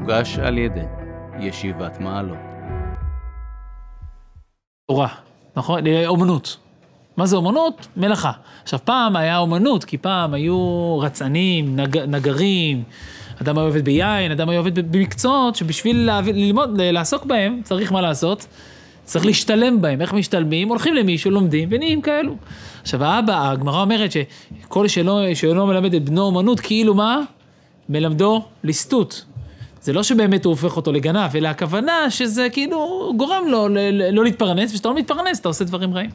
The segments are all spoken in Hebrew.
מוגש על ידי ישיבת מעלות. תורה, נכון? אומנות. מה זה אומנות? מלאכה. עכשיו, פעם היה אומנות, כי פעם היו רצנים, נגרים, אדם היה עובד ביין, אדם היה עובד במקצועות, שבשביל ללמוד, לעסוק בהם, צריך מה לעשות? צריך להשתלם בהם. איך משתלמים? הולכים למישהו, לומדים, ונהיים כאלו. עכשיו, האבא, הגמרא אומרת שכל שלא מלמד את בנו אומנות, כאילו מה? מלמדו ליסטות. זה לא שבאמת הוא הופך אותו לגנב, אלא הכוונה שזה כאילו גורם לו לא להתפרנס, ושאתה לא מתפרנס, אתה עושה דברים רעים.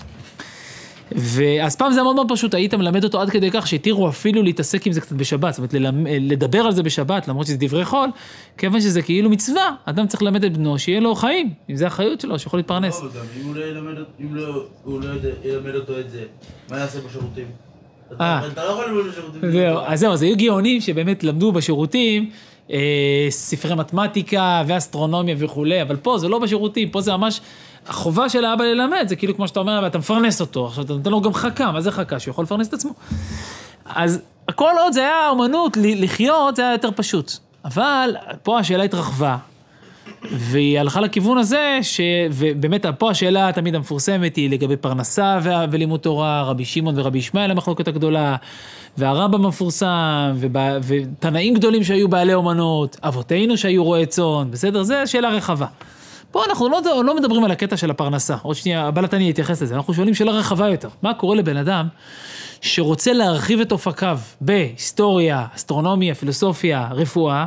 ואז פעם זה היה מאוד מאוד פשוט, היית מלמד אותו עד כדי כך שהתירו אפילו להתעסק עם זה קצת בשבת, זאת אומרת לדבר על זה בשבת, למרות שזה דברי חול, כיוון שזה כאילו מצווה, אדם צריך ללמד את בנו שיהיה לו חיים, אם זה החיות שלו, שיכול להתפרנס. לא, גם אם הוא לא ילמד אותו את זה, מה יעשה בשירותים? אתה לא יכול ללמוד בשירותים. אז זהו, אז היו גאונים שבאמת למדו בשירותים, ספרי מתמטיקה ואסטרונומיה וכו', אבל פה זה לא בשירותים, פה זה ממש החובה של האבא ללמד, זה כאילו כמו שאתה אומר, ואתה מפרנס אותו, עכשיו אתה נותן לו גם חכה, מה זה חכה? שהוא יכול לפרנס את עצמו. אז הכל עוד זה היה אומנות, לחיות זה היה יותר פשוט. אבל פה השאלה התרחבה, והיא הלכה לכיוון הזה, ובאמת פה השאלה תמיד המפורסמת היא לגבי פרנסה ולימוד תורה, רבי שמעון ורבי ישמעאל המחלוקת הגדולה, והרמב"ם המפורסם, ותנאים גדולים שהיו בעלי אומנות, אבותינו שהיו רועי צאן, בסדר? זה שאלה רחבה. פה אנחנו לא מדברים על הקטע של הפרנסה, עוד שנייה, הבעל התניא יתייחס לזה, אנחנו שואלים שאלה רחבה יותר. מה קורה לבן אדם שרוצה להרחיב את אופקיו בהיסטוריה, אסטרונומיה, פילוסופיה, רפואה,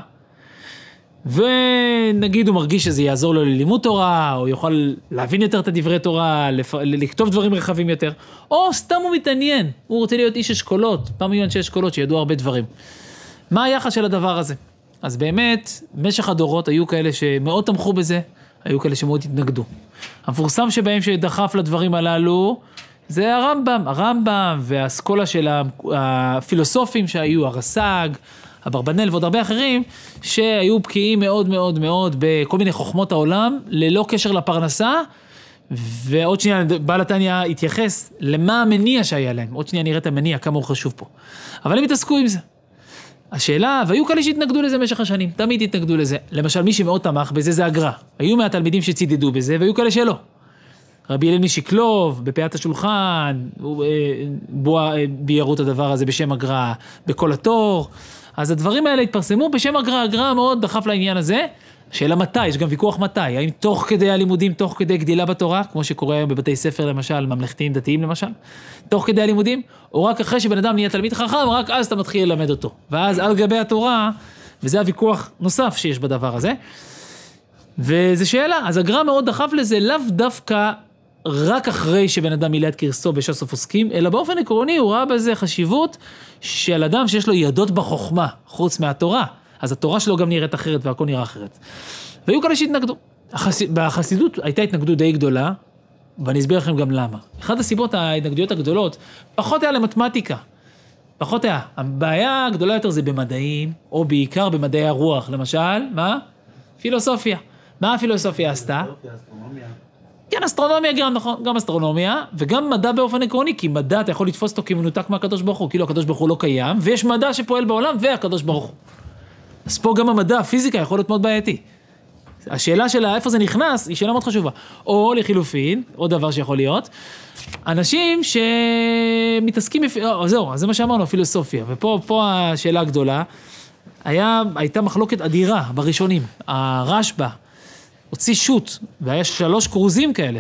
ונגיד הוא מרגיש שזה יעזור לו ללימוד תורה, או יוכל להבין יותר את הדברי תורה, לכתוב דברים רחבים יותר, או סתם הוא מתעניין, הוא רוצה להיות איש אשכולות, פעם היו אנשי אשכולות שידעו הרבה דברים. מה היחס של הדבר הזה? אז באמת, במשך הדורות היו כאלה שמאוד תמכו בזה, היו כאלה שמאוד התנגדו. המפורסם שבהם שדחף לדברים הללו, זה הרמב"ם והאסכולה של הפילוסופים שהיו, הרס"ג, אברבנאל ועוד הרבה אחרים, שהיו בקיאים מאוד מאוד מאוד בכל מיני חוכמות העולם, ללא קשר לפרנסה, ועוד שנייה בעל התניא התייחס למה המניע שהיה להם, עוד שנייה נראה את המניע, כמה הוא חשוב פה. אבל הם התעסקו עם זה. השאלה, והיו כאלה שהתנגדו לזה במשך השנים, תמיד התנגדו לזה. למשל, מי שמאוד תמך בזה זה הגר"א. היו מהתלמידים שצידדו בזה, והיו כאלה שלא. רבי הלל משקלוב, בפיית השולחן, ביירו את הדבר הזה בשם הגר"א, בכל התור. אז הדברים האלה התפרסמו בשם הגר"א, הגר"א מאוד דחף לעניין הזה. שאלה מתי, יש גם ויכוח מתי, האם תוך כדי הלימודים, תוך כדי גדילה בתורה, כמו שקורה היום בבתי ספר למשל, ממלכתיים דתיים למשל, תוך כדי הלימודים, או רק אחרי שבן אדם נהיה תלמיד חכם, רק אז אתה מתחיל ללמד אותו. ואז על גבי התורה, וזה הוויכוח נוסף שיש בדבר הזה, וזה שאלה, אז הגר"א מאוד דחף לזה, לאו דווקא רק אחרי שבן אדם מילא את קרסו בש"ס עוסקים, אלא באופן עקרוני הוא ראה בזה חשיבות של אדם שיש לו ידות בחוכמה, חוץ מהתורה, אז התורה שלו גם נראית אחרת והכל נראה אחרת. והיו כאלה שהתנגדו. בחסידות הייתה התנגדות די גדולה, ואני אסביר לכם גם למה. אחת הסיבות ההתנגדויות הגדולות, פחות היה למתמטיקה. פחות היה. הבעיה הגדולה יותר זה במדעים, או בעיקר במדעי הרוח. למשל, מה? פילוסופיה. מה הפילוסופיה עשתה? אסטרונומיה. כן, אסטרונומיה גם, נכון, גם אסטרונומיה, וגם מדע באופן עקרוני, כי מדע אתה יכול לתפוס אותו כמנותק מהקדוש ברוך הוא, כאילו הקדוש ברוך הוא לא קיים, ויש מדע שפועל בעולם והקדוש ברוך הוא. אז פה גם המדע, הפיזיקה יכול להיות מאוד בעייתי. השאלה שלה, איפה זה נכנס, היא שאלה מאוד חשובה. או לחילופין, עוד דבר שיכול להיות, אנשים שמתעסקים, זהו, אז זה מה שאמרנו, פילוסופיה, ופה השאלה הגדולה, הייתה מחלוקת אדירה בראשונים, הרשב"א, הוציא שו"ת, והיה 3 קרוזים כאלה,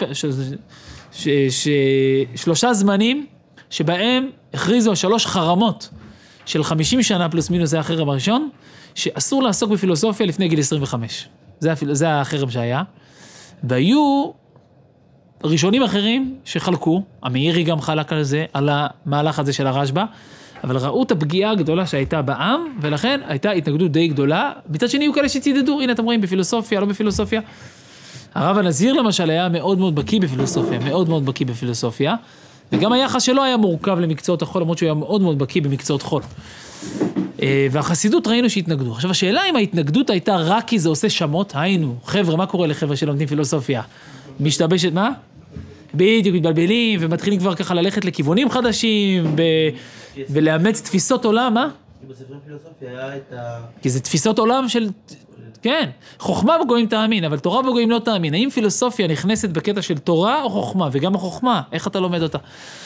3 זמנים, שבהם הכריזו 3 חרמות, של 50 שנה פלוס מינוס, זה החרם הראשון, שאסור לעסוק בפילוסופיה לפני גיל 25. זה החרם שהיה. והיו ראשונים אחרים שחלקו, המאירי גם חלק על זה, על המהלך הזה של הרשב"א, אבל ראו את הפגיעה הגדולה שהייתה בעם, ולכן הייתה התנגדות די גדולה. מצד שני, היו כאלה שצידדו, הנה אתם רואים, בפילוסופיה, לא בפילוסופיה. הרב הנזיר למשל היה מאוד מאוד בקיא בפילוסופיה, מאוד מאוד בקיא בפילוסופיה, וגם היחס שלו היה מורכב למקצועות החול, למרות שהוא היה מאוד מאוד בקיא במקצועות חול. והחסידות ראינו שהתנגדו. עכשיו השאלה אם ההתנגדות הייתה רק כי זה עושה שמות, היינו, חבר'ה, מה קורה לחבר'ה שלומדים פילוסופיה? משתבשת, מה? בדיוק, מתבלבלים, ומתחילים כבר ככה ללכת לכיוונים חדשים, ולאמץ תפיסות עולם, מה? כי בספרי פילוסופיה היה את ה... כי זה תפיסות עולם של... כן, חוכמה בגויים תאמין, אבל תורה בגויים לא תאמין. האם פילוסופיה נכנסת בקטע של תורה או חוכמה? וגם החוכמה, איך אתה לומד אותה?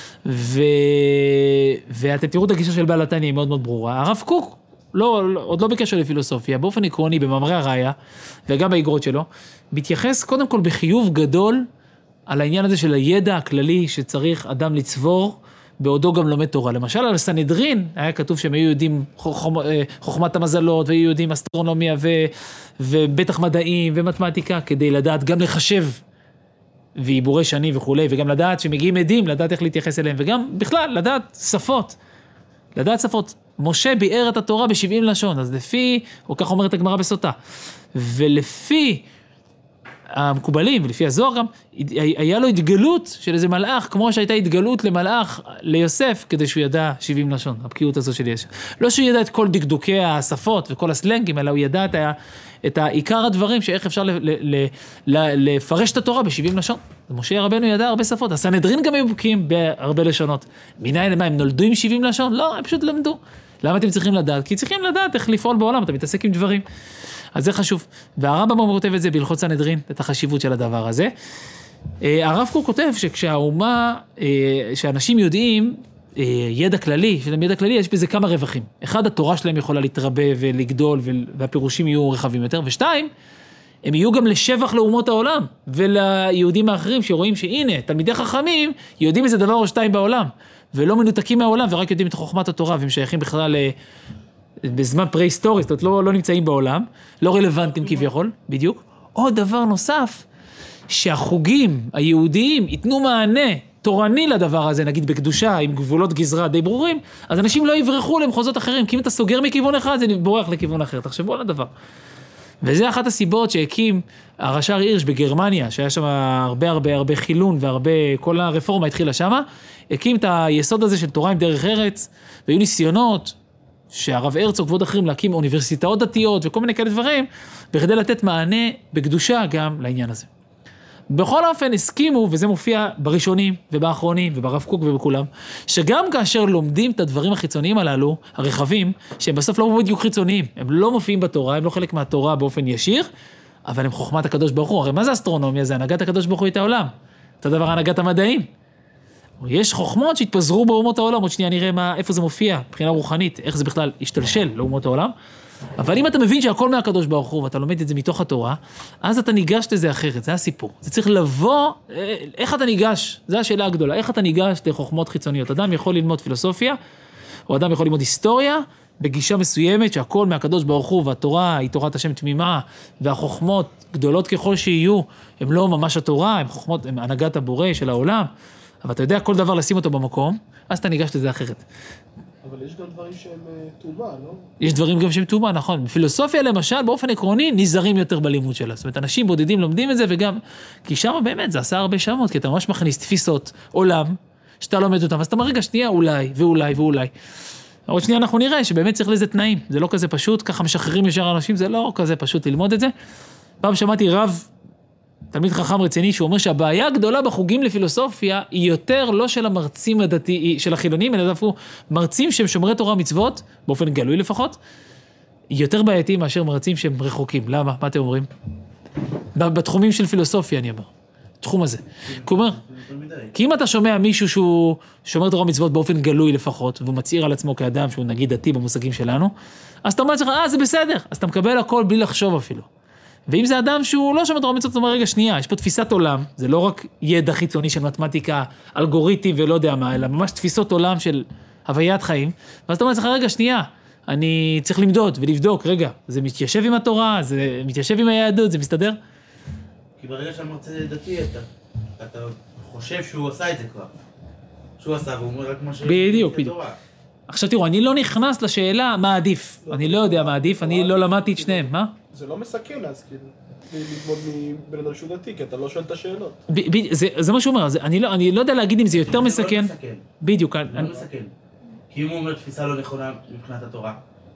ואתם תראו את הגישה של בעל התניא, היא מאוד מאוד ברורה. הרב קוק, עוד לא בקשר לפילוסופיה, באופן עקרוני, במאמרי הראיה, וגם באגרות שלו, מתייחס קודם כל בחיוב גדול על העניין הזה של הידע הכללי שצריך אדם לצבור, בעודו גם לומד תורה. למשל, על סנהדרין, היה כתוב שהם היו יודעים חוכמת המזלות, והיו יודעים אסטרונומיה ובטח מדעים ומתמטיקה, כדי לדעת גם לחשב ועיבורי שני וכו', וגם לדעת שמגיעים עדים, לדעת איך להתייחס אליהם, וגם בכלל, לדעת שפות. לדעת שפות. משה ביאר את התורה ב70 לשון, אז לפי, או כך אומרת הגמרא בסוטה, ולפי המקובלים, ולפי הזוהר גם, היה לו התגלות של איזה מלאך, כמו שהייתה התגלות למלאך, ליוסף, כדי שהוא ידע 70 לשון, הבקיאות הזו של ישו. לא שהוא ידע את כל דקדוקי השפות וכל הסלנגים, אלא הוא ידע את העיקר הדברים, שאיך אפשר לפרש את התורה ב70 לשון. משה רבנו ידע הרבה שפות, הסנהדרין גם היו בקיאים בהרבה לשונות. מניין למה, הם נולדו עם 70 לשון? לא, הם פשוט למדו. למה אתם צריכים לדעת? כי צריכים לדעת איך לפעול בעולם, אתה מתעסק עם דברים. אז זה חשוב. והרמב"ם כותב את זה בהלכות סנהדרין, את החשיבות של הדבר הזה. הרב קוק כותב שכשהאומה, שאנשים יודעים, ידע כללי, שלהם ידע כללי, יש בזה כמה רווחים. אחד, התורה שלהם יכולה להתרבה ולגדול, והפירושים יהיו רחבים יותר. ושתיים, הם יהיו גם לשבח לאומות העולם, וליהודים האחרים שרואים שהנה, תלמידי חכמים, יודעים איזה דבר או שתיים בעולם, ולא מנותקים מהעולם, ורק יודעים את חוכמת התורה, והם שייכים בכלל בזמן פרה-היסטורי, זאת אומרת, לא נמצאים בעולם, לא רלוונטיים כביכול, בדיוק. עוד דבר נוסף, שהחוגים היהודיים ייתנו מענה תורני לדבר הזה, נגיד בקדושה, עם גבולות גזרה די ברורים, אז אנשים לא יברחו למחוזות אחרים, כי אם אתה סוגר מכיוון אחד, זה בורח לכיוון אחר. תחשבו על הדבר. וזה אחת הסיבות שהקים הרש"ר הירש בגרמניה, שהיה שם הרבה חילון והרבה, כל הרפורמה התחילה שמה, הקים את היסוד הזה של תורה עם דרך ארץ, והיו ניסיונות שהרב הרצוג ועוד אחרים להקים אוניברסיטאות דתיות וכל מיני כאלה דברים, בכדי לתת מענה בקדושה גם לעניין הזה. בכל אופן הסכימו, וזה מופיע בראשונים ובאחרונים וברב קוק ובכולם, שגם כאשר לומדים את הדברים החיצוניים הללו, הרחבים, שהם בסוף לא בדיוק חיצוניים, הם לא מופיעים בתורה, הם לא חלק מהתורה באופן ישיר, אבל הם חוכמת הקדוש ברוך הוא. הרי מה זה אסטרונומיה? זה הנהגת הקדוש ברוך הוא את העולם. אותו דבר הנהגת המדעים. יש חוכמות שהתפזרו באומות העולם, עוד שנייה נראה איפה זה מופיע, מבחינה רוחנית, איך זה בכלל השתלשל לאומות העולם. אבל אם אתה מבין שהכל מהקדוש ברוך הוא, ואתה לומד את זה מתוך התורה, אז אתה ניגש לזה אחרת, זה הסיפור. זה צריך לבוא, איך אתה ניגש, זו השאלה הגדולה, איך אתה ניגש לחוכמות חיצוניות. אדם יכול ללמוד פילוסופיה, או אדם יכול ללמוד היסטוריה, בגישה מסוימת שהכל מהקדוש ברוך הוא, והתורה היא תורת השם תמימה, והחוכמות גדולות ככל שיהיו, הם לא ממש התורה, הם חוכמות, הם הנהגת הבורא של העולם, אבל אתה יודע כל דבר לשים אותו במקום, אז אתה ניגש לזה אחרת. אבל יש גם דברים שהם תאומה, לא? יש דברים גם שהם תאומה, נכון. בפילוסופיה למשל, באופן עקרוני, נזהרים יותר בלימוד שלה. זאת אומרת, אנשים בודדים לומדים את זה, וגם, כי שם באמת זה עשה הרבה שמות, כי אתה ממש מכניס תפיסות עולם, שאתה לומד אותם, אז אתה אומר, רגע, שנייה, אולי, ואולי. עוד שנייה אנחנו נראה שבאמת צריך לזה תנאים. זה לא כזה פשוט, ככה משחררים ישר אנשים, זה לא כזה פשוט ללמוד את זה. פעם שמעתי רב, תלמיד חכם רציני, שהוא אומר שהבעיה הגדולה בחוגים לפילוסופיה היא יותר לא של המרצים הדתיים, של החילונים, אלא דווקא מרצים שהם שומרי תורה ומצוות, באופן גלוי לפחות, יותר בעייתיים מאשר מרצים שהם רחוקים. למה? מה אתם אומרים? בתחומים של פילוסופיה אני אומר. תחום הזה. כלומר, כי אם אתה שומע מישהו שהוא שומר תורה ומצוות באופן גלוי לפחות, והוא מצעיר על עצמו כאדם שהוא נגיד דתי במושגים שלנו, אז אתה אומר לך, זה בסדר. אז אתה מקבל הכל בלי לחשוב אפילו. ואם זה אדם שהוא לא שומע תורה ומצוות, זאת אומרת, רגע, שנייה, יש פה תפיסת עולם, זה לא רק ידע חיצוני של מתמטיקה, אלגוריתם ולא יודע מה, אלא ממש תפיסות עולם של הוויית חיים, ואז אתה אומר לך, רגע, שנייה, אני צריך למדוד ולבדוק, רגע, זה מתיישב עם התורה, זה מתיישב עם היהדות, זה מסתדר? כי ברגע שהמרצה דתי, אתה חושב שהוא עשה את זה כבר. שהוא עשה, והוא אומר רק מה ש... בדיוק. עכשיו תראו, אני לא נכנס לשאלה מה עדיף. אני לא יודע מה עדיף, אני לא למדתי את שניהם, מה? זה לא מסכן אז, כאילו, ללמוד מבן אדם שהוא דתי, כי אתה לא שואל את השאלות. זה מה שהוא אומר, אני לא יודע להגיד אם זה יותר מסכן. זה לא מסכן. בדיוק. זה לא מסכן. כי אם הוא אומר תפיסה לא נכונה מבחינת התורה.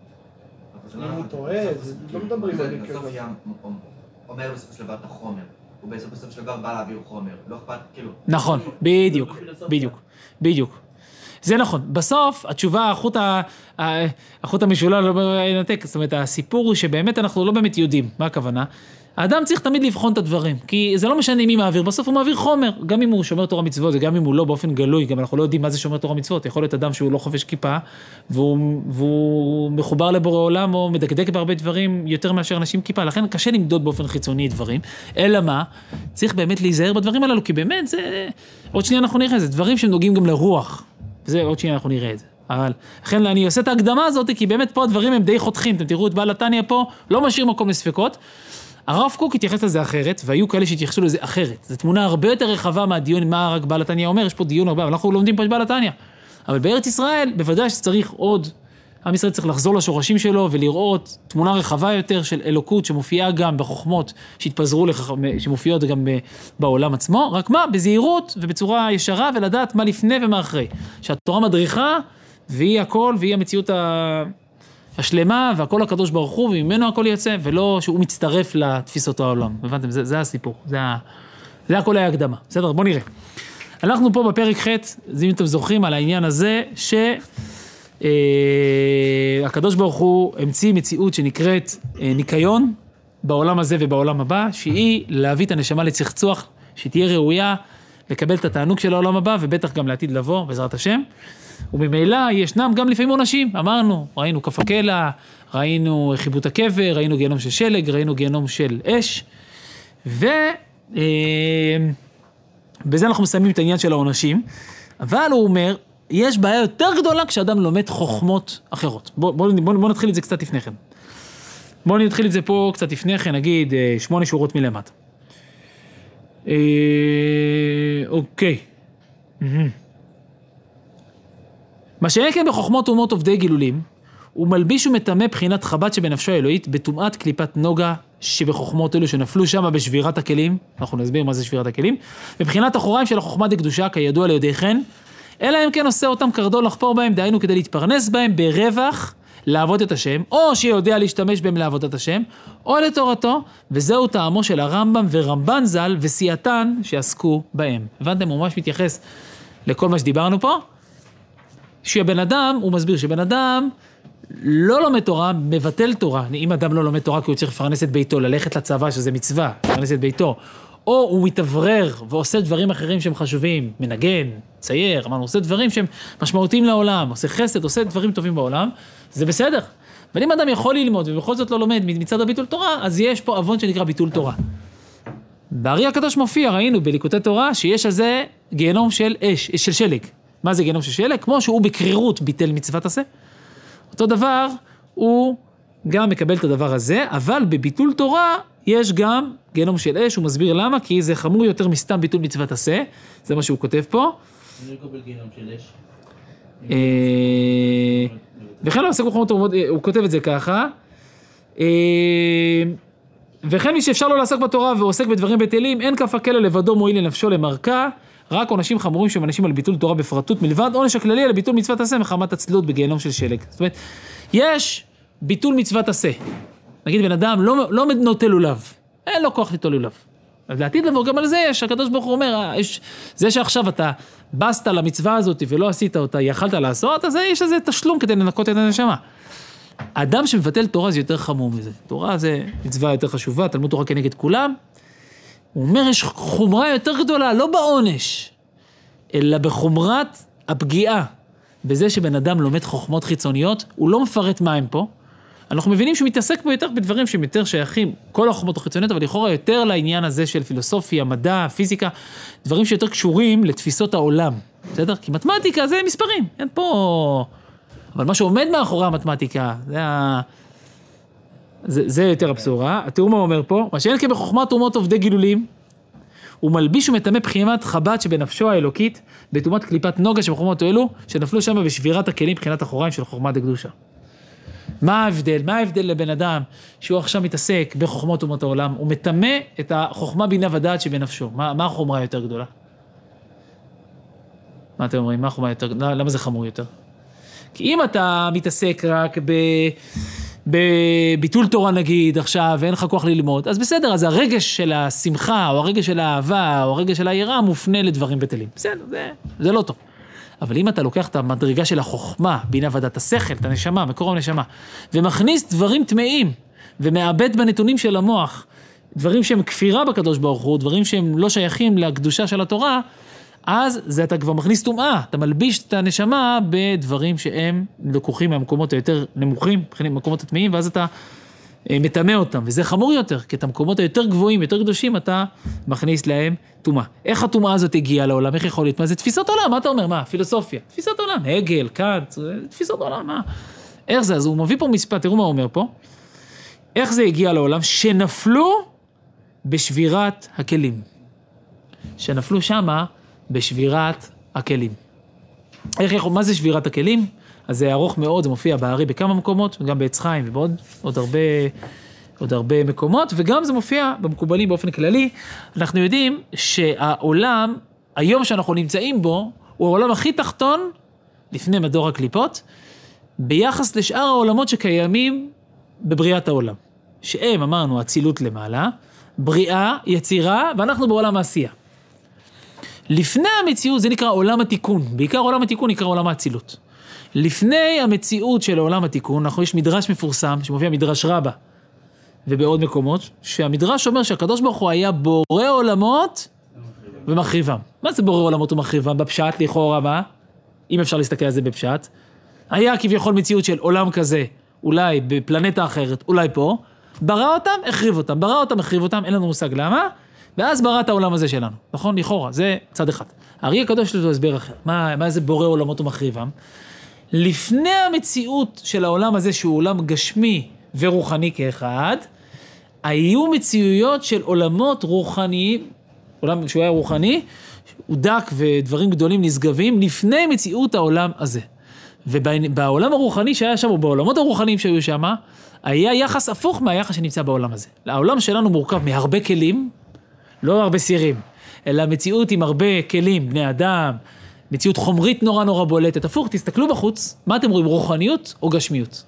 אם הוא טועה, לא מדברים על זה. בסוף אומר בסופו של דבר את החומר. הוא בסופו של דבר בא להעביר חומר. לא אכפת, כאילו... נכון, בדיוק. זה נכון. בסוף, התשובה, החוט המשולש לא ינתק. זאת אומרת, הסיפור הוא שבאמת אנחנו לא באמת יודעים. מה הכוונה? האדם צריך תמיד לבחון את הדברים, כי זה לא משנה מי מעביר, בסוף הוא מעביר חומר, גם אם הוא שומר תורה מצוות, וגם אם הוא לא באופן גלוי, גם אנחנו לא יודעים מה זה שומר תורה מצוות, יכול להיות אדם שהוא לא חובש כיפה, והוא מחובר לבורא עולם, או מדקדק בהרבה דברים יותר מאשר אנשים כיפה, לכן קשה למדוד באופן חיצוני דברים, אלא מה? צריך באמת להיזהר בדברים הללו, כי באמת זה, עוד שנייה אנחנו נראה, זה דברים שנוגעים גם לרוח, וזה עוד שנייה אנחנו נראה את זה. אבל, לכן אני עושה את ההקדמה הזאת, כי באמת פה הדברים הם די חותכים, אתם תראו את בעל התניא פה, לא משאיר מקום לספקות. הרב קוק התייחס לזה אחרת, והיו כאלה שהתייחסו לזה אחרת. זו תמונה הרבה יותר רחבה מהדיון, מה רק בעל התניא אומר, יש פה דיון הרבה, אנחנו לומדים פה את בעל התניא. אבל בארץ ישראל, בוודאי שצריך עוד, עם ישראל צריך לחזור לשורשים שלו, ולראות תמונה רחבה יותר של אלוקות, שמופיעה גם בחוכמות, שמופיעות גם בעולם עצמו, רק מה? בזהירות ובצורה ישרה, ולדעת מה לפני ומה אחרי. שהתורה מדריכה, והיא הכל, והיא המציאות השלמה, והכל הקדוש ברוך הוא, וממנו הכל יוצא, ולא שהוא מצטרף לתפיסות העולם. הבנתם? זה הסיפור. זה הכל היה הקדמה. בסדר? בואו נראה. אנחנו פה בפרק ח', אם אתם זוכרים על העניין הזה, שהקדוש ברוך הוא המציא מציאות שנקראת ניקיון, בעולם הזה ובעולם הבא, שהיא להביא את הנשמה לצחצוח, שתהיה ראויה, לקבל את התענוג של העולם הבא, ובטח גם לעתיד לבוא, בעזרת השם. וממילא ישנם גם לפעמים עונשים, אמרנו, ראינו כף הקלע, ראינו חיבוט הקבר, ראינו גיהנום של שלג, ראינו גיהנום של אש, ובזה אנחנו מסיימים את העניין של העונשים, אבל הוא אומר, יש בעיה יותר גדולה כשאדם לומד חוכמות אחרות. בוא נתחיל את זה קצת לפני כן. בואו נתחיל את זה פה קצת לפני כן, נגיד 8 שורות מלמטה. אוקיי. מה שאין כן בחוכמות אומות עובדי גילולים, הוא מלביש ומטמא בחינת חב"ד שבנפשו האלוהית, בטומאת קליפת נוגה שבחוכמות אלו שנפלו שם בשבירת הכלים, אנחנו נסביר מה זה שבירת הכלים, בבחינת אחוריים של החוכמה דקדושה, כידוע ליודעיכן, אלא אם כן עושה אותם קרדון לחפור בהם, דהיינו כדי להתפרנס בהם ברווח, לעבוד את השם, או שיודע להשתמש בהם לעבודת השם, או לתורתו, וזהו טעמו של הרמב"ם ורמב"ן ז"ל וסייעתן שעסקו בהם. הבנתם? הוא ממש מתייחס לכל מה שדיברנו פה, שבן אדם, הוא מסביר שבן אדם לא לומד תורה, מבטל תורה. אם אדם לא לומד תורה כי הוא צריך לפרנס את ביתו, ללכת לצבא שזה מצווה, לפרנס את ביתו, או הוא מתאוורר ועושה דברים אחרים שהם חשובים, מנגן, צייר, אמרנו, עושה דברים שהם משמעותיים לעולם, עושה חסד, עושה דברים טובים בעולם, זה בסדר. אבל אם אדם יכול ללמוד ובכל זאת לא לומד מצד הביטול תורה, אז יש פה אבון שנקרא ביטול תורה. בארי הקדוש מופיע, ראינו בליקוטי תורה, שיש על זה גיהנום של אש, של שלג. מה זה גיהנום של שלג? כמו שהוא בקרירות ביטל מצוות עשה. אותו דבר, הוא גם מקבל את הדבר הזה, אבל בביטול תורה יש גם גיהנום של אש, הוא מסביר למה, כי זה חמור יותר מסתם ביטול מצוות עשה, זה מה שהוא כותב פה. אני מקבל גיהנום של אש. וכן לא עסק בחוכמות, הוא כותב את זה ככה, וכן מי שאפשר לו לעסוק בתורה ועוסק בדברים בטלים, אין כף הקלע לבדו מועיל לנפשו למרכה, רק עונשים חמורים שמנשים על ביטול תורה בפרטות, מלבד עונש הכללי על ביטול מצוות עשה מחמת הצלות בגיהנום של שלג. זאת אומרת, יש ביטול מצוות עשה. נגיד בן אדם לא נוטה לולב, אין לו כוח ליטול לולב. אז לעתיד לבוא גם על זה יש, הקדוש ברוך הוא אומר, זה שעכשיו אתה בסת למצווה הזאת ולא עשית אותה, יכלת לעשות, אז יש איזה תשלום כדי לנקות את הנשמה. האדם שמבטל תורה זה יותר חמור מזה. תורה זה מצווה יותר חשובה, תלמוד תורה כנגד כולם. הוא אומר, יש חומרה יותר גדולה, לא בעונש, אלא בחומרת הפגיעה. בזה שבן אדם לומד חוכמות חיצוניות, הוא לא מפרט מה הם פה. אנחנו מבינים שהוא מתעסק פה יותר בדברים שהם יותר שייכים, כל החוכמות החיצוניות, אבל לכאורה יותר לעניין הזה של פילוסופיה, מדע, פיזיקה, דברים שיותר קשורים לתפיסות העולם. בסדר? כי מתמטיקה זה מספרים, אין פה... אבל מה שעומד מאחורי המתמטיקה, זה יותר הבשורה. התיאור מה אומר פה, מה שאין כבחוכמת אומות עובדי גילולים, הוא מלביש ומטמא בחינת חב"ד שבנפשו האלוקית, בטומאת קליפת נוגה שבחוכמות אלו, שנפלו שם בשבירת הכלים בחינת אחוריים של חוכמה דקדושה. מה ההבדל? מה ההבדל לבן אדם שהוא עכשיו מתעסק בחוכמות אומות העולם? הוא מטמא את החוכמה בינה ודעת שבנפשו. מה החומרה יותר גדולה? מה אתם אומרים? מה החומרה יותר? למה זה חמור יותר? כי אם אתה מתעסק רק בביטול תורה נגיד עכשיו, ואין לך כוח ללמוד, אז בסדר, אז הרגש של השמחה, או הרגש של האהבה, או הרגש של היראה, מופנה לדברים בטלים. בסדר, זה לא טוב. אבל אם אתה לוקח את המדרגה של החוכמה, בינה ודעת השכל, את הנשמה, מקור הנשמה, ומכניס דברים טמאים, ומאבד בנתונים של המוח, דברים שהם כפירה בקדוש ברוך הוא, דברים שהם לא שייכים לקדושה של התורה, אז זה אתה כבר מכניס טומאה, אתה מלביש את הנשמה בדברים שהם לקוחים מהמקומות היותר נמוכים, במקומות הטמאים, ואז אתה מטמא אותם, וזה חמור יותר, כי את המקומות היותר גבוהים, יותר קדושים, אתה מכניס להם טומאה. איך הטומאה הזאת הגיעה לעולם? איך יכול להיות? מה זה תפיסות עולם? מה אתה אומר? מה? פילוסופיה. תפיסות עולם, הגל, קאנט, תפיסות עולם, מה? איך זה? אז הוא מביא פה משפט, תראו מה הוא אומר פה. איך זה הגיע לעולם? שנפלו בשבירת הכלים. שנפלו שמה בשבירת הכלים. מה זה שבירת הכלים? אז זה ארוך מאוד, זה מופיע בארי בכמה מקומות, וגם בעץ חיים ובעוד עוד הרבה מקומות, וגם זה מופיע במקובלים באופן כללי. אנחנו יודעים שהעולם, היום שאנחנו נמצאים בו, הוא העולם הכי תחתון, לפני מדור הקליפות, ביחס לשאר העולמות שקיימים בבריאת העולם. שהם, אמרנו, הצילות למעלה, בריאה, יצירה, ואנחנו בעולם העשייה. לפני המציאות, זה נקרא עולם התיקון, בעיקר עולם התיקון נקרא עולם האצילות. לפני המציאות של עולם התיקון, יש מדרש מפורסם, שמופיע מדרש רבה, ובעוד מקומות, שהמדרש אומר שהקדוש ברוך הוא היה בורא עולמות ומחריבם. מה זה בורא עולמות ומחריבם? בפשט, לכאורה, מה? אם אפשר להסתכל על זה בפשט. היה כביכול מציאות של עולם כזה, אולי בפלנטה אחרת, אולי פה, ברא אותם, החריב אותם, ברא אותם, החריב אותם, אין לנו מושג למה, ואז ברא את העולם הזה שלנו, נכון? לכאורה, זה צד אחד. הארי הקדוש יש לו הסבר אחר, מה זה בורא עולמות ומחריבם? לפני המציאות של העולם הזה, שהוא עולם גשמי ורוחני כאחד, היו מציאויות של עולמות רוחניים, עולם שהוא היה רוחני, הוא דק ודברים גדולים נשגבים, לפני מציאות העולם הזה. ובעולם הרוחני שהיה שם, או בעולמות הרוחניים שהיו שם, היה יחס הפוך מהיחס שנמצא בעולם הזה. העולם שלנו מורכב מהרבה כלים, לא הרבה סירים, אלא מציאות עם הרבה כלים, בני אדם, מציאות חומרית נורא נורא בולטת. הפוך, תסתכלו בחוץ, מה אתם רואים, רוחניות או גשמיות?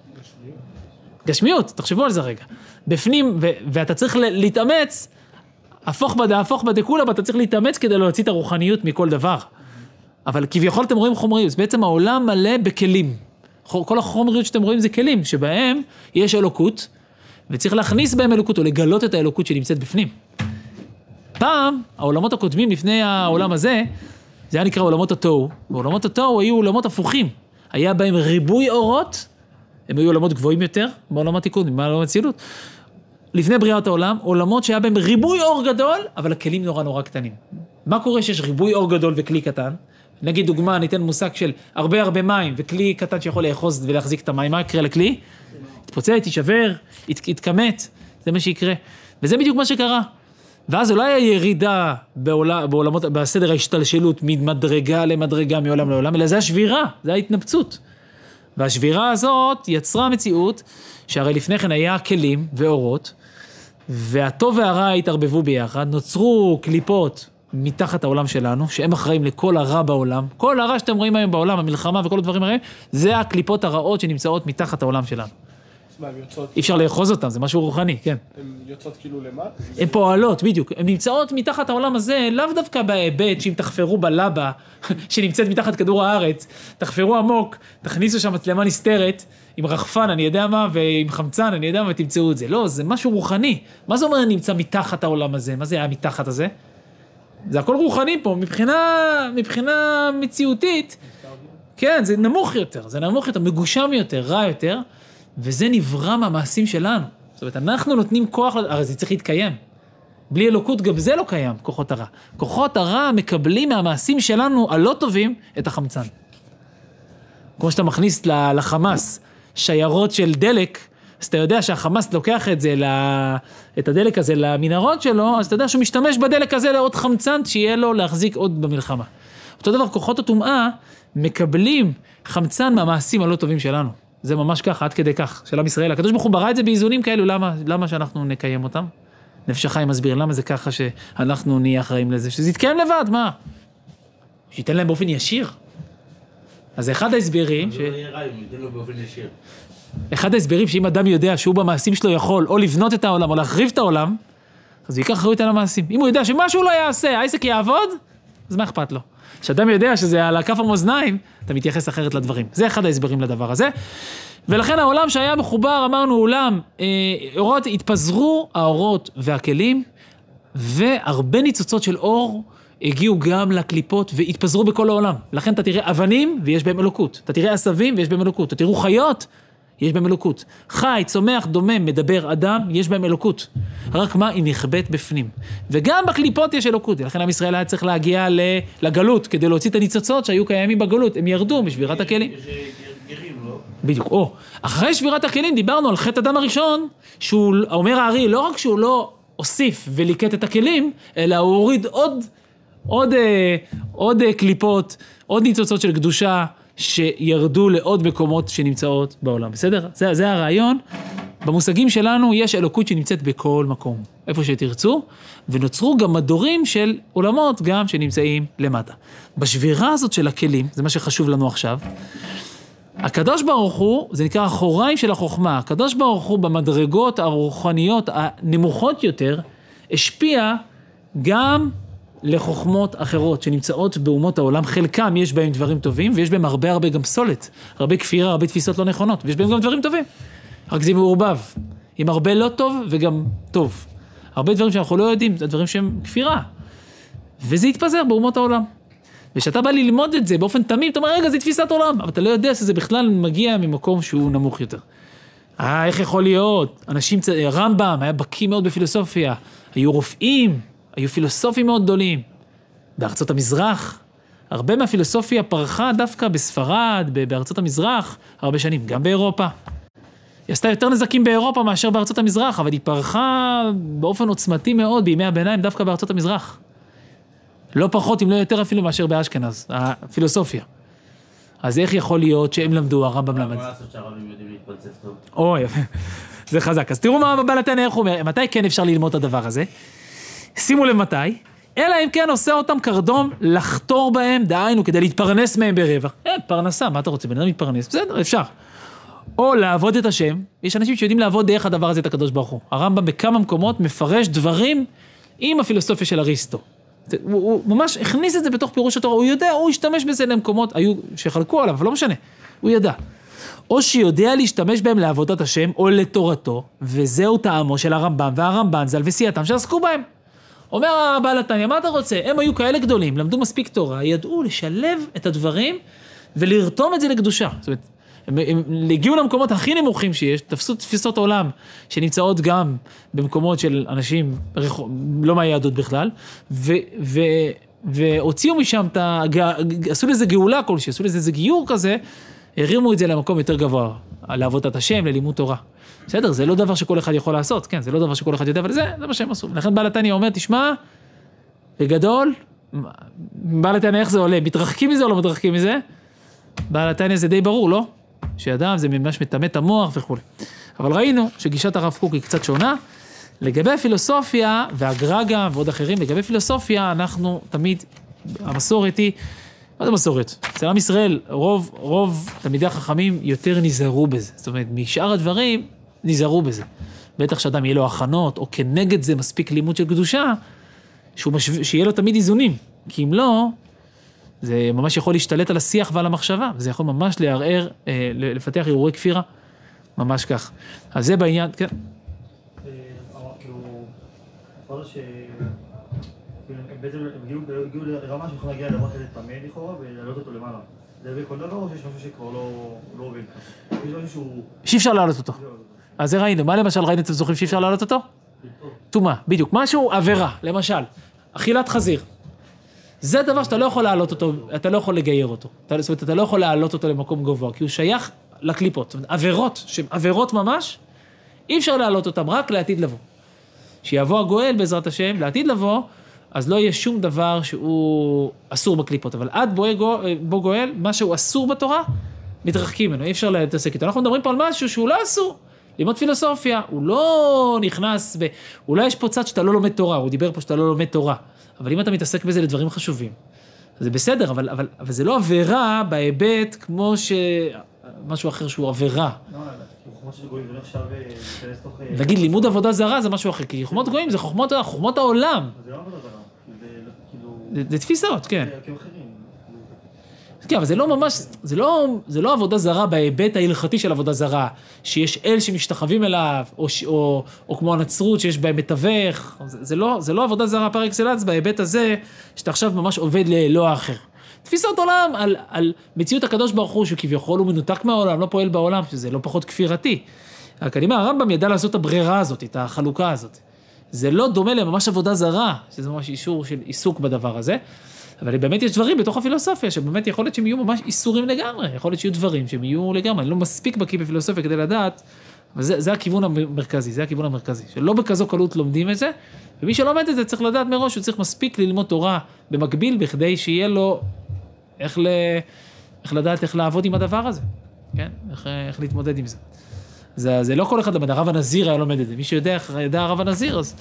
גשמיות, תחשבו על זה רגע. בפנים, ואתה צריך להתאמץ, הפוך בדקולה, ואתה צריך להתאמץ כדי להוציא את הרוחניות מכל דבר. אבל כביכול אתם רואים חומריות, בעצם העולם מלא בכלים. כל החומריות שאתם רואים זה כלים, שבהם יש אלוקות, וצריך להכניס בהם אלוקות, או לגלות את האלוקות שנמצאת בפנים. פעם, העולמות הקודמים לפני העולם הזה, זה היה נקרא עולמות התוהו, ועולמות התוהו היו עולמות הפוכים. היה בהם ריבוי אורות, הם היו עולמות גבוהים יותר, בעולם התיקון, בעולם הצילות. לפני בריאת העולם, עולמות שהיה בהם ריבוי אור גדול, אבל הכלים נורא נורא קטנים. מה קורה שיש ריבוי אור גדול וכלי קטן? נגיד דוגמה, ניתן מושג של הרבה מים, וכלי קטן שיכול לאחוז ולהחזיק את המים, מה יקרה לכלי? יתפוצץ, יישבר, יתכמת, זה מה שיקרה. וזה בדיוק מה שקרה. ואז אולי הירידה בעולמות, בסדר ההשתלשלות, ממדרגה למדרגה, מעולם לעולם, אלא זה השבירה, זה ההתנפצות. והשבירה הזאת יצרה מציאות, שהרי לפני כן היה כלים ואורות, והטוב והרע התערבבו ביחד, נוצרו קליפות מתחת העולם שלנו, שהם אחראים לכל הרע בעולם, כל הרע שאתם רואים היום בעולם, המלחמה וכל הדברים הרעים, זה הקליפות הרעות שנמצאות מתחת העולם שלנו. אי אפשר לאחוז אותם, זה משהו רוחני, כן. הן יוצאות כאילו למטה? הן פועלות, בדיוק. הן נמצאות מתחת העולם הזה, לאו דווקא בהיבט שאם תחפרו בלבה, שנמצאת מתחת כדור הארץ, תחפרו עמוק, תכניסו שם מצלמה נסתרת, עם רחפן, אני יודע מה, ועם חמצן, אני יודע מה, ותמצאו את זה. לא, זה משהו רוחני. מה זה אומר נמצא מתחת העולם הזה? מה זה היה מתחת הזה? זה הכל רוחני פה, מבחינה מציאותית. כן, זה נמוך יותר, מגושם יותר, רע יותר. וזה נברא מהמעשים שלנו. זאת אומרת, אנחנו נותנים כוח, הרי זה צריך להתקיים. בלי אלוקות גם זה לא קיים, כוחות הרע. כוחות הרע מקבלים מהמעשים שלנו הלא טובים את החמצן. כמו שאתה מכניס לחמאס שיירות של דלק, אז אתה יודע שהחמאס לוקח את הדלק הזה למנהרות שלו, אז אתה יודע שהוא משתמש בדלק הזה לעוד חמצן, שיהיה לו להחזיק עוד במלחמה. אותו דבר, כוחות הטומאה מקבלים חמצן מהמעשים הלא טובים שלנו. זה ממש ככה, עד כדי כך, של עם ישראל. הקדוש ברוך הוא ברא את זה באיזונים כאלו, למה שאנחנו נקיים אותם? נפש החיים מסביר, למה זה ככה שאנחנו נהיה אחראים לזה? שזה יתקיים לבד, מה? שייתן להם באופן ישיר. אז זה אחד ההסברים זה לא יהיה רע, אם ייתן לו באופן ישיר. אחד ההסברים שאם אדם יודע שהוא במעשים שלו יכול או לבנות את העולם או להחריב את העולם, אז הוא ייקח אחריות על המעשים. אם הוא יודע שמשהו לא יעשה, העסק יעבוד, אז מה אכפת לו? כשאדם יודע שזה על כף המאזניים, אתה מתייחס אחרת לדברים. זה אחד ההסברים לדבר הזה. ולכן העולם שהיה מחובר, אמרנו, עולם, אורות, התפזרו האורות והכלים, והרבה ניצוצות של אור הגיעו גם לקליפות והתפזרו בכל העולם. לכן אתה תראה אבנים ויש בהם אלוקות. אתה תראה עשבים ויש בהם אלוקות. אתה תראו חיות, יש בהם אלוקות. חי, צומח, דומם, מדבר אדם, יש בהם אלוקות. רק מה? היא נכבאת בפנים. וגם בקליפות יש אלוקות. לכן עם ישראל היה צריך להגיע לגלות, כדי להוציא את הניצוצות שהיו קיימים בגלות. הם ירדו בשבירת הכלים. יש גרים, לא? בדיוק. אחרי שבירת הכלים דיברנו על חטא אדם הראשון, שהוא אומר הארי, לא רק שהוא לא הוסיף וליקט את הכלים, אלא הוא הוריד עוד קליפות, עוד ניצוצות של קדושה, שירדו לעוד מקומות שנמצאות בעולם. בסדר? זה הרעיון. במושגים שלנו יש אלוקות שנמצאת בכל מקום, איפה שתרצו, ונוצרו גם מדורים של עולמות גם שנמצאים למטה. בשבירה הזאת של הכלים, זה מה שחשוב לנו עכשיו, הקדוש ברוך הוא, זה נקרא החוריים של החוכמה, הקדוש ברוך הוא במדרגות הרוחניות הנמוכות יותר, השפיע גם לחוכמות אחרות שנמצאות באומות העולם, חלקם יש בהם דברים טובים, ויש בהם הרבה גם פסולת, הרבה כפירה, הרבה תפיסות לא נכונות, ויש בהם גם דברים טובים. רק זה מעורבב, עם הרבה לא טוב וגם טוב. הרבה דברים שאנחנו לא יודעים, זה דברים שהם כפירה. וזה יתפזר באומות העולם. ושאתה בא ללמוד את זה באופן תמים, אתה אומר, רגע, זה תפיסת עולם, אבל אתה לא יודע שזה בכלל מגיע ממקום שהוא נמוך יותר. איך יכול להיות? רמב"ם היה בקיא מאוד בפילוסופיה, היו רופאים, היו פילוסופים מאוד גדולים. בארצות המזרח, הרבה מהפילוסופיה פרחה דווקא בספרד, בארצות המזרח, הרבה שנים, גם באירופה. היא עשתה יותר נזקים באירופה מאשר בארצות המזרח, אבל היא פרחה באופן עוצמתי מאוד בימי הביניים, דווקא בארצות המזרח. לא פחות, אם לא יותר אפילו מאשר באשכנז, הפילוסופיה. אז איך יכול להיות שהם למדו, הרמב"ם למד? מה לעשות שהרבים יודעים להתפלצף טוב? אוי, יפה. זה חזק. אז תראו מה בעל התניא, איך הוא אומר, מתי כן אפשר ללמוד את הדבר הזה? שימו לב מתי, אלא אם כן עושה אותם קרדום לחתור בהם, דהיינו, כדי להתפרנס מהם ברווח. פרנסה, מה אתה רוצה? בן אדם מתפרנס, בסדר, אפשר. או לעבוד את השם, יש אנשים שיודעים לעבוד דרך הדבר הזה את הקדוש ברוך הוא. הרמב"ם בכמה מקומות מפרש דברים עם הפילוסופיה של אריסטו. הוא ממש הכניס את זה בתוך פירוש התורה, הוא יודע, הוא השתמש בזה למקומות, היו שחלקו עליו, אבל לא משנה, הוא ידע. או שיודע להשתמש בהם לעבודת השם, או לתורתו, וזהו טעמו של הרמב"ם והרמב"ן ז"ל וסייעתם שעסקו בהם. אומר הבעל התניא, מה אתה רוצה? הם היו כאלה גדולים, למדו מספיק תורה, ידעו לשלב את הדברים ולרתום את זה לקדושה. זאת אומרת, הם הגיעו למקומות הכי נמוכים שיש, תפסו תפיסות עולם שנמצאות גם במקומות של אנשים לא מהיהדות בכלל, והוציאו משם, עשו לזה גאולה כלשהי, עשו לזה גיור כזה, הרימו את זה למקום יותר גבוה, לעבודת השם, ללימוד תורה. בסדר, זה לא דבר שכל אחד יכול לעשות, כן, זה לא דבר שכל אחד יודע, אבל זה מה שהם עשו. לכן בעל התניא אומר, תשמע, בגדול, בעל התניא איך זה עולה, מתרחקים מזה או לא מתרחקים מזה? בעל התניא זה די ברור, לא? שאדם זה ממש מטמא את המוח וכו'. אבל ראינו שגישת הרב קוק היא קצת שונה. לגבי הפילוסופיה, והגרגה ועוד אחרים, לגבי פילוסופיה, אנחנו תמיד, המסורת היא, מה זה מסורת? אצל עם ישראל, רוב תלמידי החכמים יותר נזהרו בזה. זאת אומרת, משאר הדברים, נזהרו בזה. בטח שאדם יהיה לו הכנות, או כנגד זה מספיק לימוד של קדושה, שיהיה לו תמיד איזונים. כי אם לא, זה ממש יכול להשתלט על השיח ועל המחשבה, וזה יכול ממש לערער, לפתח הרהורי כפירה, ממש כך. אז זה בעניין, כן. כאילו, אמר בעצם הגיעו לרמה שיכול להגיע לדבר כזה תמיד לכאורה, ולהעלות אותו למעלה. זה בכל דבר או שיש משהו שכבר לא עובד ככה? יש משהו שהוא... שאי אפשר להעלות אותו. אז זה ראינו, מה למשל ראינו, אתם זוכרים שאי אפשר להעלות אותו? תומה, בדיוק. משהו עבירה, למשל, אכילת חזיר. זה דבר שאתה לא יכול להעלות אותו, אתה לא יכול לגייר אותו. זאת אומרת, אתה לא יכול להעלות אותו למקום גבוה, כי הוא שייך לקליפות. זאת אומרת, עבירות, שהן עבירות ממש, אי אפשר להעלות אותם, רק לעתיד לבוא. שיבוא הגואל בעזרת השם, לעתיד לבוא, אז לא יהיה שום דבר שהוא אסור בקליפות. אבל עד בוא גואל, מה שהוא אסור בתורה, מתרחקים ממנו, אי אפשר להתעסק איתו. אנחנו מדברים פה על משהו שהוא לא אסור. ללמוד פילוסופיה, הוא לא נכנס אולי יש פה צד שאתה לא לומד תורה, הוא דיבר פה שאתה לא לומד תורה. אבל אם אתה מתעסק בזה לדברים חשובים, זה בסדר, אבל זה לא עבירה בהיבט כמו משהו אחר שהוא עבירה. חוכמות של גויים, זה לא עכשיו להיכנס תוך... נגיד, לימוד עבודה זרה זה משהו אחר, כי חוכמות גויים זה חוכמות העולם. זה לא עבודה זרה. זה תפיסות, כן. כאחרים. כן, אבל זה לא ממש, זה לא עבודה זרה בהיבט ההלכתי של עבודה זרה, שיש אל שמשתחווים אליו, או כמו הנצרות שיש בהם מתווך, זה לא עבודה זרה פר אקסלנס בהיבט הזה, שאתה עכשיו ממש עובד ללא האחר. תפיסות עולם על מציאות הקדוש ברוך הוא, שכביכול הוא מנותק מהעולם, לא פועל בעולם, שזה לא פחות כפירתי. הקדימה, הרמב"ם ידע לעשות את הברירה הזאת, את החלוקה הזאת. זה לא דומה לממש עבודה זרה, שזה ממש אישור של עיסוק בדבר הזה, אבל באמת יש דברים בתוך הפילוסופיה, שבאמת יכול להיות שהם יהיו ממש איסורים לגמרי, יכול להיות שיהיו דברים שהם יהיו לגמרי, אני לא מספיק בקיא בפילוסופיה כדי לדעת, אבל זה הכיוון המרכזי, שלא בכזו קלות לומדים את זה, ומי שלומד את זה צריך לדעת מראש, הוא צריך מספיק ללמוד תורה במקביל, בכדי שיהיה לו איך לדעת איך לעבוד עם הדבר הזה, כן? איך להתמודד עם זה. זה לא כל אחד למד, הרב הנזיר היה לומד את זה, מי שיודע איך ידע הרב הנזיר, אז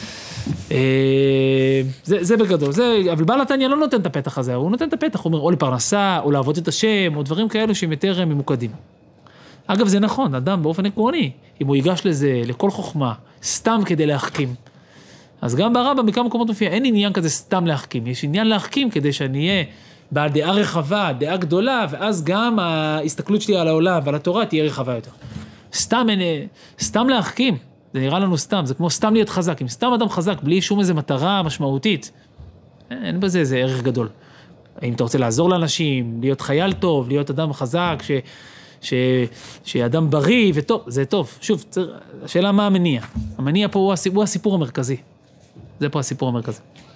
זה בגדול, אבל בעל התניא לא נותן את הפתח הזה, הוא נותן את הפתח, הוא אומר, או לפרנסה, או לעבוד את השם, או דברים כאלו שהם יותר ממוקדים. אגב, זה נכון, אדם באופן עקרוני, אם הוא ייגש לזה, לכל חוכמה, סתם כדי להחכים, אז גם ברמב"ם בכמה מקומות מופיע, אין עניין כזה סתם להחכים, יש עניין להחכים כדי שאני אהיה בעל דעה רחבה, דעה גדולה, ואז גם ההסתכלות שלי על העולם ועל התורה תהיה רחבה יותר. סתם להחכים, זה נראה לנו סתם, זה כמו סתם להיות חזק, אם סתם אדם חזק, בלי שום איזה מטרה משמעותית, אין בזה איזה ערך גדול. אם אתה רוצה לעזור לאנשים, להיות חייל טוב, להיות אדם חזק, שאדם בריא וטוב, זה טוב. שוב, השאלה מה המניע. המניע פה הוא הסיפור המרכזי. זה פה הסיפור המרכזי.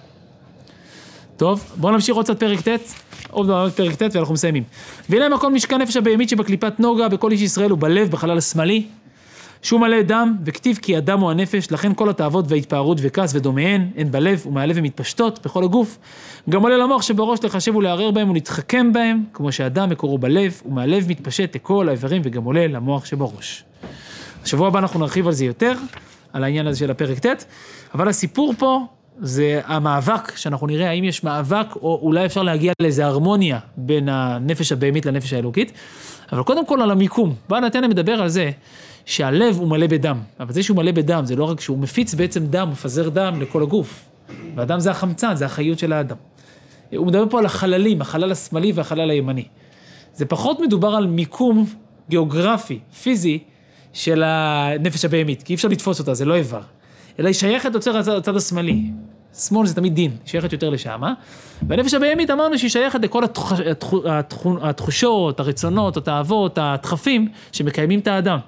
טוב, בואו נמשיך עוד קצת פרק ט', עוד פרק ט' ואנחנו מסיימים. והנה מקום משכן נפש הבהמית שבקליפת נוגה, בכל איש ישראל הוא בלב, בחלל השמאלי, שהוא מלא דם, וכתיב כי אדם הוא הנפש, לכן כל התאוות וההתפארות וכעס ודומיהן, הן בלב ומהלב ומתפשטות בכל הגוף, גם עולה למוח שבראש לחשב ולערער בהם ולהתחכם בהם, כמו שאדם מקורו בלב, ומהלב מתפשט לכל האיברים וגם עולה למוח שבראש. השבוע הבא אנחנו נרחיב על זה יותר, על העניין הזה של הפרק ט', אבל הסיפור פה זה המאבק, שאנחנו נראה האם יש מאבק, או אולי אפשר להגיע לאיזו הרמוניה בין הנפש הבהמית לנפש האלוקית, אבל קודם כל על המיקום. בעל התניא מדבר על זה שהלב הוא מלא בדם, אבל זה שהוא מלא בדם, זה לא רק שהוא מפיץ בעצם דם, מפזר דם לכל הגוף, והדם זה החמצן, זה החיות של האדם. הוא מדבר פה על החללים, החלל השמאלי והחלל הימני. זה פחות מדובר על מיקום גיאוגרפי, פיזי, של הנפש הבהמית, כי אי אפשר לתפוס אותה, זה לא איבר. אלא היא שייכת יותר לצד השמאלי. שמאל זה תמיד דין, היא שייכת יותר לשם. והנפש הבהמית אמרנו שהיא שייכת לכל התחושות, הרצונות, התאוות, הדחפים שמקיימים את האדם.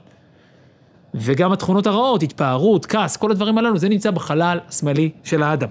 וגם התכונות הרעות, התפארות, כעס, כל הדברים הללו, זה נמצא בחלל השמאלי של האדם.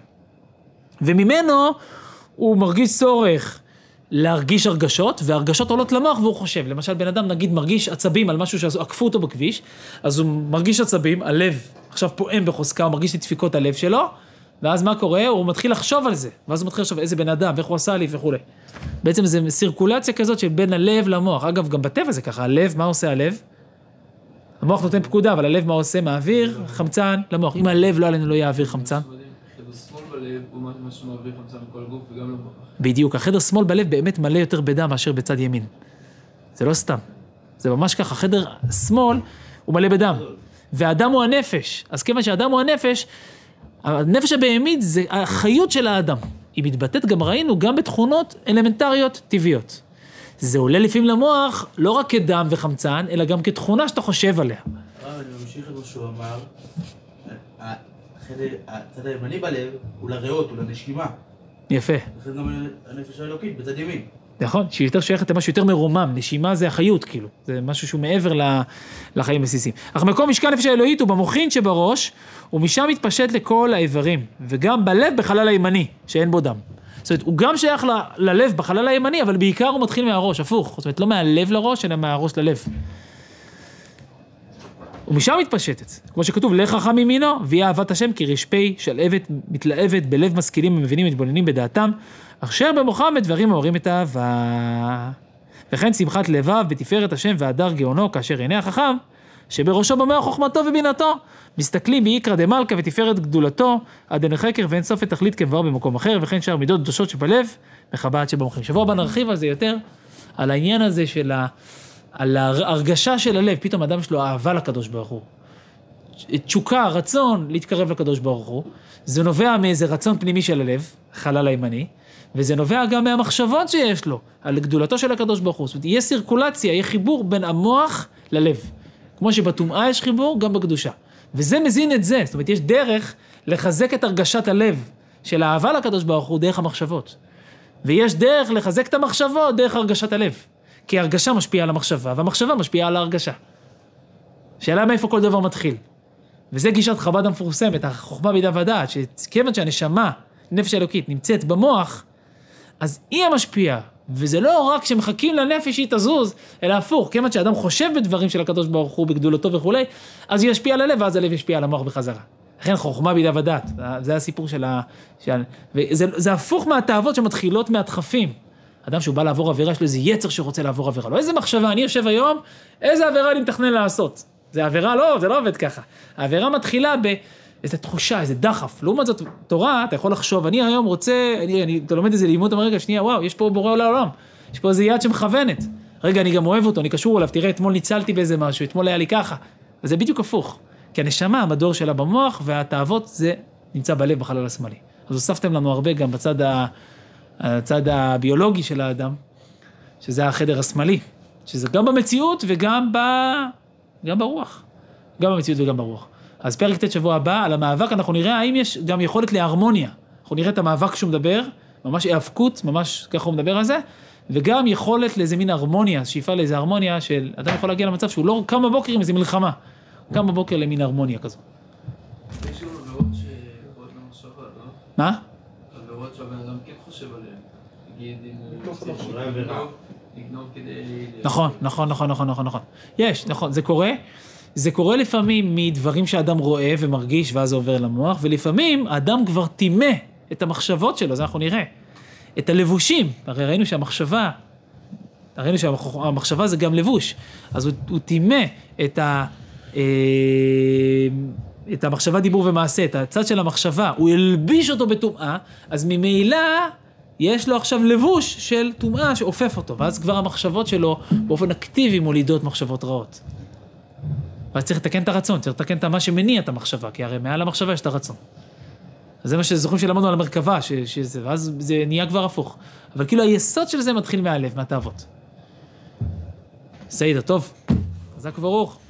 וממנו הוא מרגיש צורך להרגיש הרגשות, והרגשות עולות למוח והוא חושב. למשל, בן אדם נגיד מרגיש עצבים על משהו שעקפו אותו בכביש, אז הוא מרגיש עצבים, הלב עכשיו פועם בחוזקה, הוא מרגיש את דפיקות הלב שלו, ואז מה קורה? הוא מתחיל לחשוב על זה, ואז הוא מתחיל לחשוב איזה בן אדם, ואיך הוא עשה לי וכו'. בעצם זה סירקולציה כזאת של בין הלב למוח. אגב, גם בטבע זה ככה, הלב, מה עושה הלב? המוח נותן פקודה, אבל הלב מה עושה? מעביר חמצן למוח. אם הלב לא עלינו לא יעביר חמצן. החדר שמאל בלב הוא מה שמעביר חמצן לכל הגוף וגם למוח. בדיוק, החדר שמאל בלב באמת מלא יותר בדם מאשר בצד ימין. זה לא סתם. זה ממש ככה, החדר שמאל הוא מלא בדם. והאדם הוא הנפש. אז כיוון שהאדם הוא הנפש, הנפש הבהמית זה החיות של האדם. היא מתבטאת, גם ראינו, גם בתכונות אלמנטריות טבעיות. זה עולה לפעמים למוח, לא רק כדם וחמצן, אלא גם כתכונה שאתה חושב עליה. אני ממשיך את מה שהוא אמר, הצד הימני בלב הוא לריאות, הוא לנשימה. יפה. לכן גם הנפש האלוקית בצד ימין. נכון, שהיא יותר שייכת למשהו יותר מרומם, נשימה זה החיות כאילו, זה משהו שהוא מעבר לחיים בסיסיים. אך מקום משכן נפש האלוהית הוא במוחין שבראש, ומשם מתפשט לכל האיברים, וגם בלב בחלל הימני, שאין בו דם. זאת אומרת, הוא גם שייך ללב בחלל הימני, אבל בעיקר הוא מתחיל מהראש, הפוך. זאת אומרת, לא מהלב לראש, אלא מהראש ללב. ומשם מתפשטת, כמו שכתוב, לך חכם ימינו, ויהיה אהבת השם כרשפי שלהבת מתלהבת בלב משכילים ומבינים מתבוננים בדעתם, אשר במוחם דברים מעוררים את האהבה. וכן שמחת לבב בתפארת השם והדר גאונו, כאשר עיני החכם, שבראשו במאה חוכמתו ובינתו, מסתכלים בעיקרא דמלכא ותפארת גדולתו, עד אין חקר ואין סוף תכלית כמבואר במקום אחר, וכן שאר מידות קדושות שבלב, מחבאת שבמוחים. שבוע הבא נרחיב על זה יותר, על העניין הזה של על ההרגשה של הלב, פתאום אדם שלו אהבה לקדוש ברוך הוא. תשוקה, רצון להתקרב לקדוש ברוך הוא, זה נובע מאיזה רצון פנימי של הלב, חלל הימני, וזה נובע גם מהמחשבות שיש לו, על גדולתו של הקדוש ברוך הוא. זאת אומרת, יהיה סירקולציה, יהיה חיבור בין המוח ללב. כמו שבטומאה יש חיבור, גם בקדושה. וזה מזין את זה, זאת אומרת, יש דרך לחזק את הרגשת הלב של האהבה לקדוש ברוך הוא דרך המחשבות. ויש דרך לחזק את המחשבות דרך הרגשת הלב. כי הרגשה משפיעה על המחשבה, והמחשבה משפיעה על ההרגשה. שאלה מאיפה כל דבר מתחיל. וזה גישת חב"ד המפורסמת, החוכמה בידי ודעת, שכיוון שהנשמה, נפש האלוקית, נמצאת במוח, אז היא המשפיעה. וזה לא רק שמחכים לנפש שהיא תזוז, אלא הפוך, כיוון שהאדם חושב בדברים של הקדוש ברוך הוא, בגדולתו וכו', אז היא ישפיע על הלב, ואז הלב ישפיע על המוח בחזרה. לכן חוכמה בידי ודעת, זה הסיפור וזה הפוך מהתאוות שמתחילות מהדחפים. אדם שהוא בא לעבור עבירה, יש לו איזה יצר שרוצה לעבור עבירה. לא איזה מחשבה, אני יושב היום, איזה עבירה אני מתכנן לעשות? זה עבירה, לא, זה לא עובד ככה. העבירה מתחילה באיזו תחושה, איזה דחף. לעומת זאת, תורה, אתה יכול לחשוב, אני היום רוצה, אתה לומד איזה לימוד, אמר, רגע, שנייה, וואו, יש פה בורא לעולם. יש פה איזה יד שמכוונת. רגע, אני גם אוהב אותו, אני קשור אליו, תראה, אתמול ניצלתי באיזה משהו, אתמול היה לי ככה. אז זה בדיוק הפוך. כי הנשמה, המדור שלה במוח, והתאוות, זה נמצא בלב בחלל השמאלי. אז הוספתם לנו הרבה גם הצד הביולוגי של האדם, שזה החדר השמאלי, שזה גם במציאות וגם ברוח. גם במציאות וגם ברוח. אז פרק ט' שבוע הבא, על המאבק אנחנו נראה האם יש גם יכולת להרמוניה. אנחנו נראה את המאבק שהוא מדבר, ממש היאבקות, ממש ככה הוא מדבר על זה, וגם יכולת לאיזה מין הרמוניה, שאיפה לאיזה הרמוניה של, אדם יכול להגיע למצב שהוא לא קם בבוקר עם איזה מלחמה, קם בבוקר למין הרמוניה כזו. יש שם עבירות שעברות למחשבה, לא? מה? עבירות שהבן אדם כן חושב עליהן. נגיד, אם לגנוב כדי... נכון. יש, נכון, זה קורה. זה קורה לפעמים מדברים שהאדם רואה ומרגיש, ואז זה עובר למוח, ולפעמים האדם כבר טימא את המחשבות שלו, זה אנחנו נראה. את הלבושים, הרי ראינו שהמחשבה זה גם לבוש, אז הוא טימא את המחשבה, דיבור ומעשה, את הצד של המחשבה, הוא ילביש אותו בטומאה, אז ממילא יש לו עכשיו לבוש של טומאה שאופף אותו, ואז כבר המחשבות שלו באופן אקטיבי מולידות מחשבות רעות. ואז צריך לתקן את הרצון, צריך לתקן את מה שמניע את המחשבה, כי הרי מעל המחשבה יש את הרצון. אז זה מה שזוכרים שלמדנו על המרכבה, ואז זה נהיה כבר הפוך. אבל כאילו היסוד של זה מתחיל מהלב, מהתאוות. סעידה, טוב. חזק וברוך.